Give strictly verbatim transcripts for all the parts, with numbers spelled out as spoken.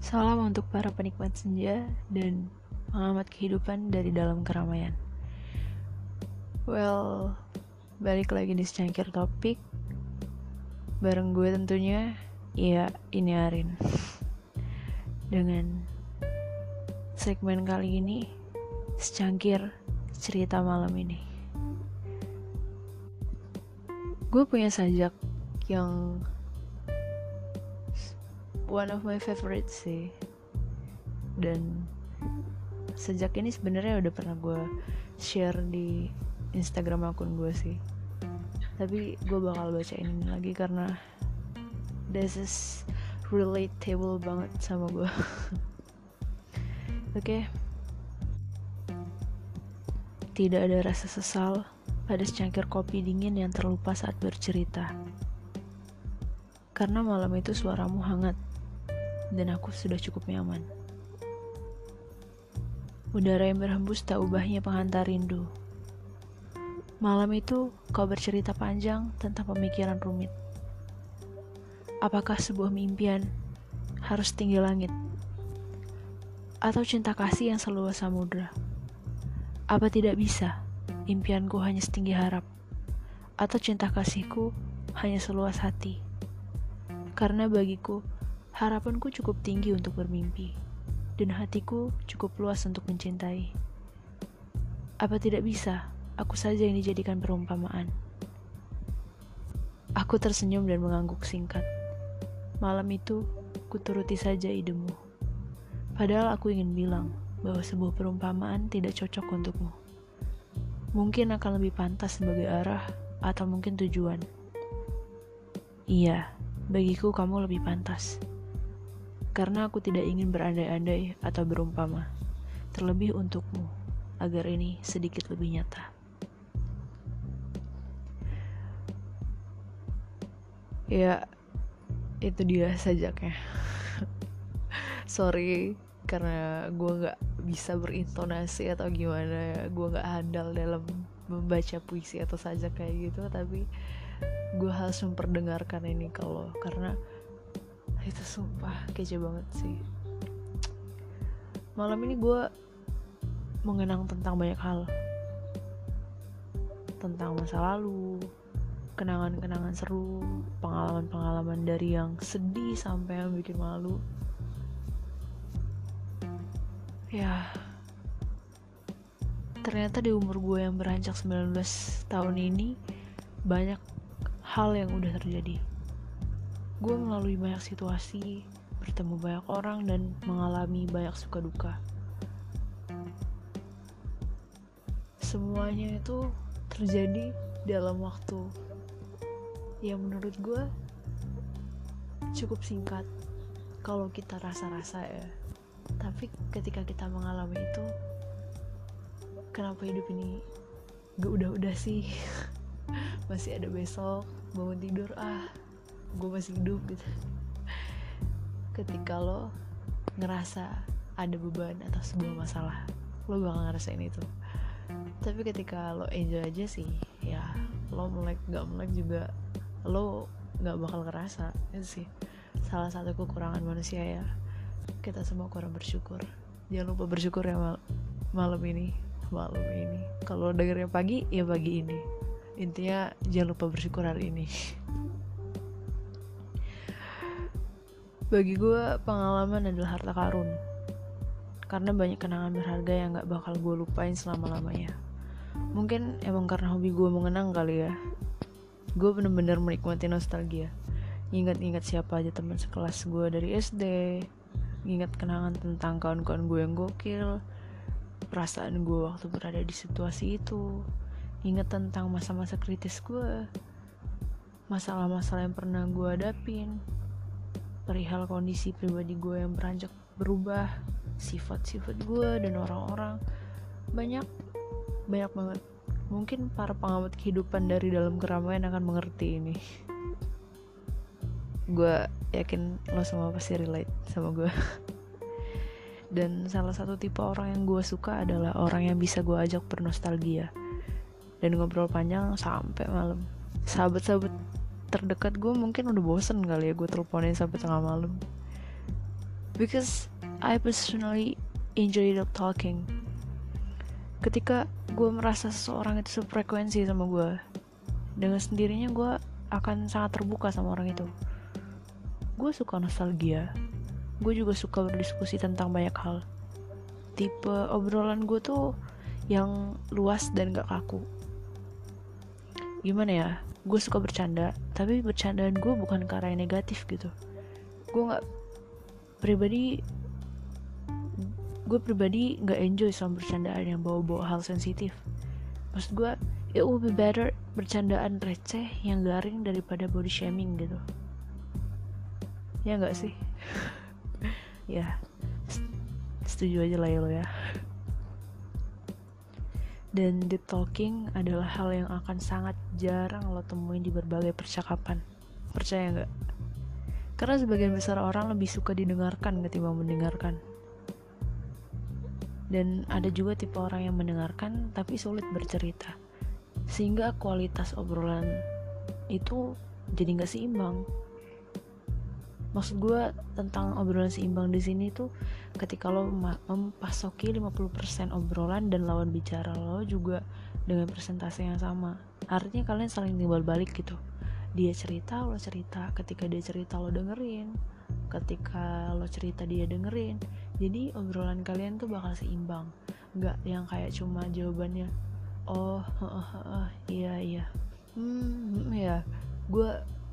Salam untuk para penikmat senja dan pengamat kehidupan dari dalam keramaian. Well, balik lagi di secangkir topik. Bareng gue tentunya, ya ini Arin. Dengan segmen kali ini, secangkir cerita malam ini. Gue punya sajak yang one of my favorite sih, dan sejak ini sebenarnya udah pernah gue share di Instagram akun gue sih, tapi gue bakal bacain ini lagi karena this is relatable banget sama gue. Oke, okay. Tidak ada rasa sesal pada secangkir kopi dingin yang terlupa saat bercerita, karena malam itu suaramu hangat dan aku sudah cukup nyaman. Udara yang berhembus tak ubahnya penghantar rindu. Malam itu kau bercerita panjang tentang pemikiran rumit. Apakah sebuah mimpian harus tinggi langit? Atau cinta kasih yang seluas samudra? Apa tidak bisa impianku hanya setinggi harap? Atau cinta kasihku hanya seluas hati? Karena bagiku harapanku cukup tinggi untuk bermimpi, dan hatiku cukup luas untuk mencintai. Apa tidak bisa aku saja yang dijadikan perumpamaan? Aku tersenyum dan mengangguk singkat. Malam itu, kuturuti saja idemu. Padahal aku ingin bilang bahwa sebuah perumpamaan tidak cocok untukmu. Mungkin akan lebih pantas sebagai arah atau mungkin tujuan. Iya, bagiku kamu lebih pantas. Karena aku tidak ingin berandai-andai atau berumpama, terlebih untukmu, agar ini sedikit lebih nyata. Ya, itu dia sajaknya. Sorry, karena gue gak bisa berintonasi atau gimana ya. Gue gak handal dalam membaca puisi atau sajak kayak gitu, tapi gue harus memperdengarkan ini kalau karena itu sumpah kece banget sih. Malam ini gue mengenang tentang banyak hal, tentang masa lalu, kenangan-kenangan seru, pengalaman-pengalaman dari yang sedih sampai yang bikin malu. Ya, ternyata di umur gue yang beranjak sembilan belas tahun ini banyak hal yang udah terjadi. Gue melalui banyak situasi, bertemu banyak orang, dan mengalami banyak suka duka. Semuanya itu terjadi dalam waktu yang menurut gue cukup singkat kalau kita rasa-rasa ya. Tapi ketika kita mengalami itu, kenapa hidup ini gak udah-udah sih? Masih ada besok, bangun tidur, ah gue masih hidup gitu. Ketika lo ngerasa ada beban atau sebuah masalah, lo bakal ngerasain itu. Tapi ketika lo enjoy aja sih, ya lo melek gak melek juga lo gak bakal ngerasa. Itu sih salah satu kekurangan manusia ya. Kita semua kurang bersyukur. Jangan lupa bersyukur ya mal- malam ini malam ini kalau dengernya pagi ya pagi ini. Intinya jangan lupa bersyukur hari ini. Bagi gue pengalaman adalah harta karun, karena banyak kenangan berharga yang gak bakal gue lupain selama-lamanya. Mungkin emang karena hobi gue mengenang kali ya. Gue bener-bener menikmati nostalgia, ingat-ingat siapa aja teman sekelas gue dari S D, ingat kenangan tentang kawan-kawan gue yang gokil, perasaan gue waktu berada di situasi itu, ingat tentang masa-masa kritis gue, masalah-masalah yang pernah gue hadapin, perihal kondisi pribadi gue yang beranjak berubah, sifat-sifat gue dan orang-orang. Banyak, banyak banget. Mungkin para pengamat kehidupan dari dalam keramaian akan mengerti ini. Gue yakin lo semua pasti relate sama gue. Dan salah satu tipe orang yang gue suka adalah orang yang bisa gue ajak bernostalgia dan ngobrol panjang sampai malam. Sahabat-sahabat terdekat gue mungkin udah bosen kali ya gue teleponin sampai tengah malam. because I personally enjoy deep talking. Ketika gue merasa seseorang itu sefrekuensi sama gue, dengan sendirinya gue akan sangat terbuka sama orang itu. Gue suka nostalgia, gue juga suka berdiskusi tentang banyak hal. Tipe obrolan gue tuh yang luas dan gak kaku. Gimana ya, gue suka bercanda, tapi bercandaan gue bukan ke arah yang negatif gitu. Gue gak pribadi gue pribadi gak enjoy sama bercandaan yang bawa-bawa hal sensitif. Maksud gue, it would be better bercandaan receh yang garing daripada body shaming gitu. Ya gak sih? Ya, setuju aja lah ya lo ya. Dan deep talking adalah hal yang akan sangat jarang lo temuin di berbagai percakapan. Percaya gak? Karena sebagian besar orang lebih suka didengarkan ketimbang mendengarkan. Dan ada juga tipe orang yang mendengarkan tapi sulit bercerita, sehingga kualitas obrolan itu jadi nggak seimbang. Maksud gue tentang obrolan seimbang di sini tuh ketika lo mempasoki lima puluh persen obrolan dan lawan bicara lo juga dengan persentase yang sama. Artinya kalian saling timbal balik gitu. Dia cerita, lo cerita. Ketika dia cerita, lo dengerin. Ketika lo cerita, dia dengerin. Jadi obrolan kalian tuh bakal seimbang. Nggak yang kayak cuma jawabannya oh, uh, uh, uh, iya iya hmm ya. Gue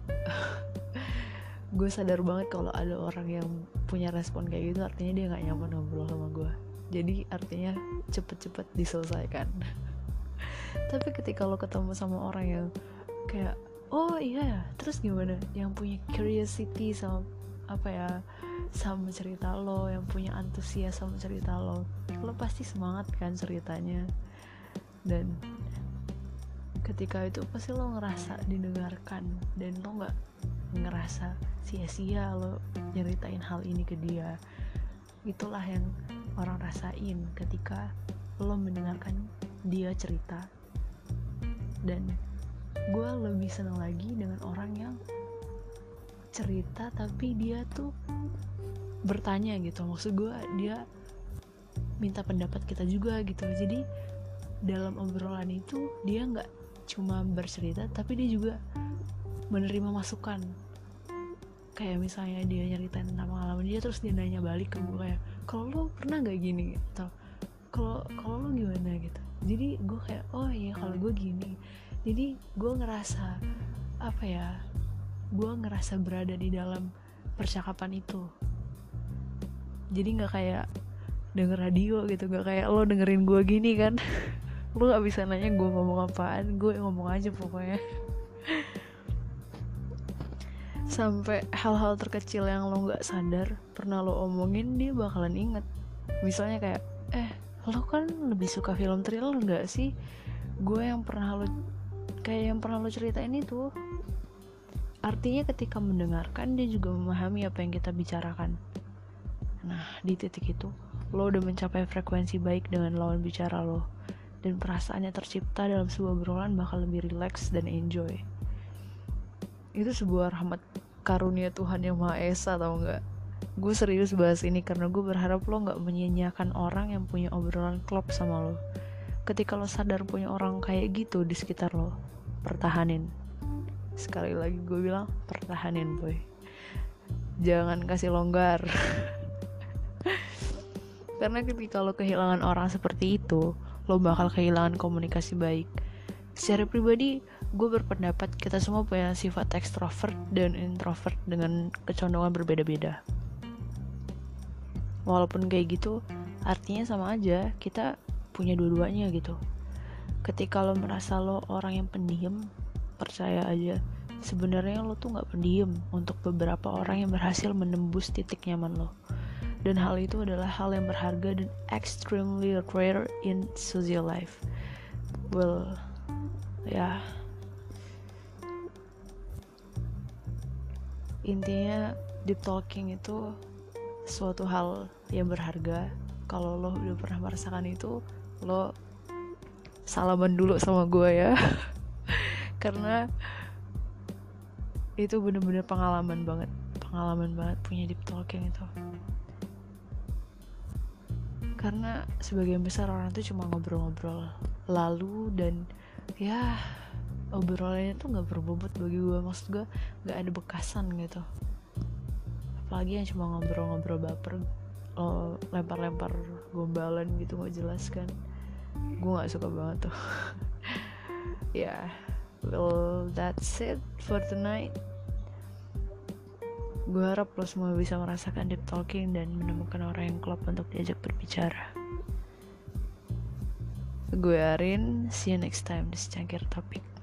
gue sadar banget kalau ada orang yang punya respon kayak gitu, artinya dia nggak nyaman ngobrol sama gue. Jadi artinya cepet-cepet diselesaikan. Tapi ketika lo ketemu sama orang yang kayak oh iya terus gimana, yang punya curiosity sama apa ya sama cerita lo, yang punya antusias sama cerita lo, lo pasti semangat kan ceritanya. Dan ketika itu pasti lo ngerasa didengarkan dan lo nggak ngerasa sia-sia lo nyeritain hal ini ke dia. Itulah yang orang rasain ketika lo mendengarkan dia cerita. Dan gue lebih seneng lagi dengan orang yang cerita tapi dia tuh bertanya gitu. Maksud gue dia minta pendapat kita juga gitu. Jadi dalam obrolan itu dia gak cuma bercerita tapi dia juga menerima masukan. Kayak misalnya dia nyeritain tentang pengalaman dia, terus dia nanya balik ke gue kayak kalau lo pernah gak gini gitu, kalau kalau lo gimana gitu. Jadi gue kayak oh iya kalau gue gini. Jadi gue ngerasa apa ya, gue ngerasa berada di dalam percakapan itu. Jadi nggak kayak denger radio gitu, nggak kayak lo dengerin gue gini kan. Lo nggak bisa nanya gue ngomong apaan, gue ngomong aja pokoknya. Sampai hal-hal terkecil yang lo nggak sadar pernah lo omongin, dia bakalan inget. Misalnya kayak eh lo kan lebih suka film thriller nggak sih? Gue yang pernah lo kayak yang pernah lo ceritain itu. Artinya ketika mendengarkan dia juga memahami apa yang kita bicarakan. Nah di titik itu lo udah mencapai frekuensi baik dengan lawan bicara lo, dan perasaannya tercipta dalam sebuah obrolan bakal lebih rileks dan enjoy. Itu sebuah rahmat karunia Tuhan Yang Maha Esa, tau gak? Gue serius bahas ini karena gue berharap lo gak menyia-nyiakan orang yang punya obrolan klop sama lo. Ketika lo sadar punya orang kayak gitu di sekitar lo, pertahanin. Sekali lagi gue bilang pertahanin boy, jangan kasih longgar. Karena ketika lo kehilangan orang seperti itu, lo bakal kehilangan komunikasi baik. Secara pribadi, gue berpendapat kita semua punya sifat ekstrovert dan introvert dengan kecondongan berbeda-beda. Walaupun kayak gitu, artinya sama aja, kita punya dua-duanya gitu. Ketika lo merasa lo orang yang pendiam, percaya aja, sebenarnya lo tuh gak pendiam untuk beberapa orang yang berhasil menembus titik nyaman lo. Dan hal itu adalah hal yang berharga dan extremely rare in social life. Well, ya intinya deep talking itu suatu hal yang berharga. Kalau lo udah pernah merasakan itu, lo salaman dulu sama gue ya. Karena itu bener-bener pengalaman banget, pengalaman banget punya deep talking itu. karena sebagian besar orang tuh cuma ngobrol-ngobrol lalu, dan ya obrolannya tuh nggak berbobot bagi gue. Maksud gue nggak ada bekasan gitu, apalagi yang cuma ngobrol-ngobrol baper, oh, lempar-lempar gombalan gitu nggak jelas kan. Gue nggak suka banget tuh. Ya yeah. Well, that's it for tonight. Gue harap lo semua bisa merasakan deep talking dan menemukan orang yang klop untuk diajak berbicara. Gue Arin, see you next time di Secangkir Topik.